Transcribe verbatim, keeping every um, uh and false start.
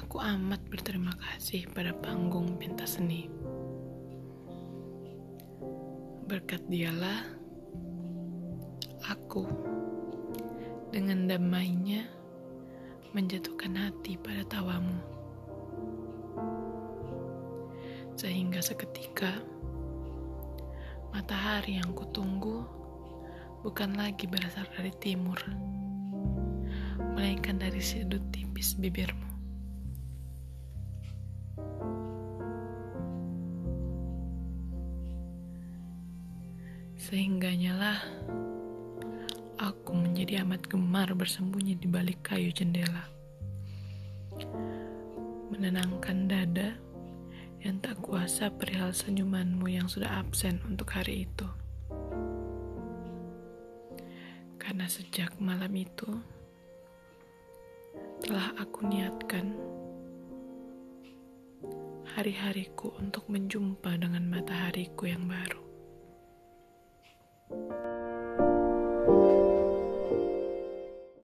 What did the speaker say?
Aku amat berterima kasih pada panggung pentas seni. Berkat dialah, aku dengan damainya menjatuhkan hati pada tawamu. Sehingga seketika, matahari yang kutunggu bukan lagi berasal dari timur, melainkan dari sudut tipis bibirmu. Sehingganya lah, aku menjadi amat gemar bersembunyi di balik kayu jendela, menenangkan dada yang tak kuasa perihal senyumanmu yang sudah absen untuk hari itu. Karena sejak malam itu, telah aku niatkan hari-hariku untuk menjumpa dengan matahariku yang baru.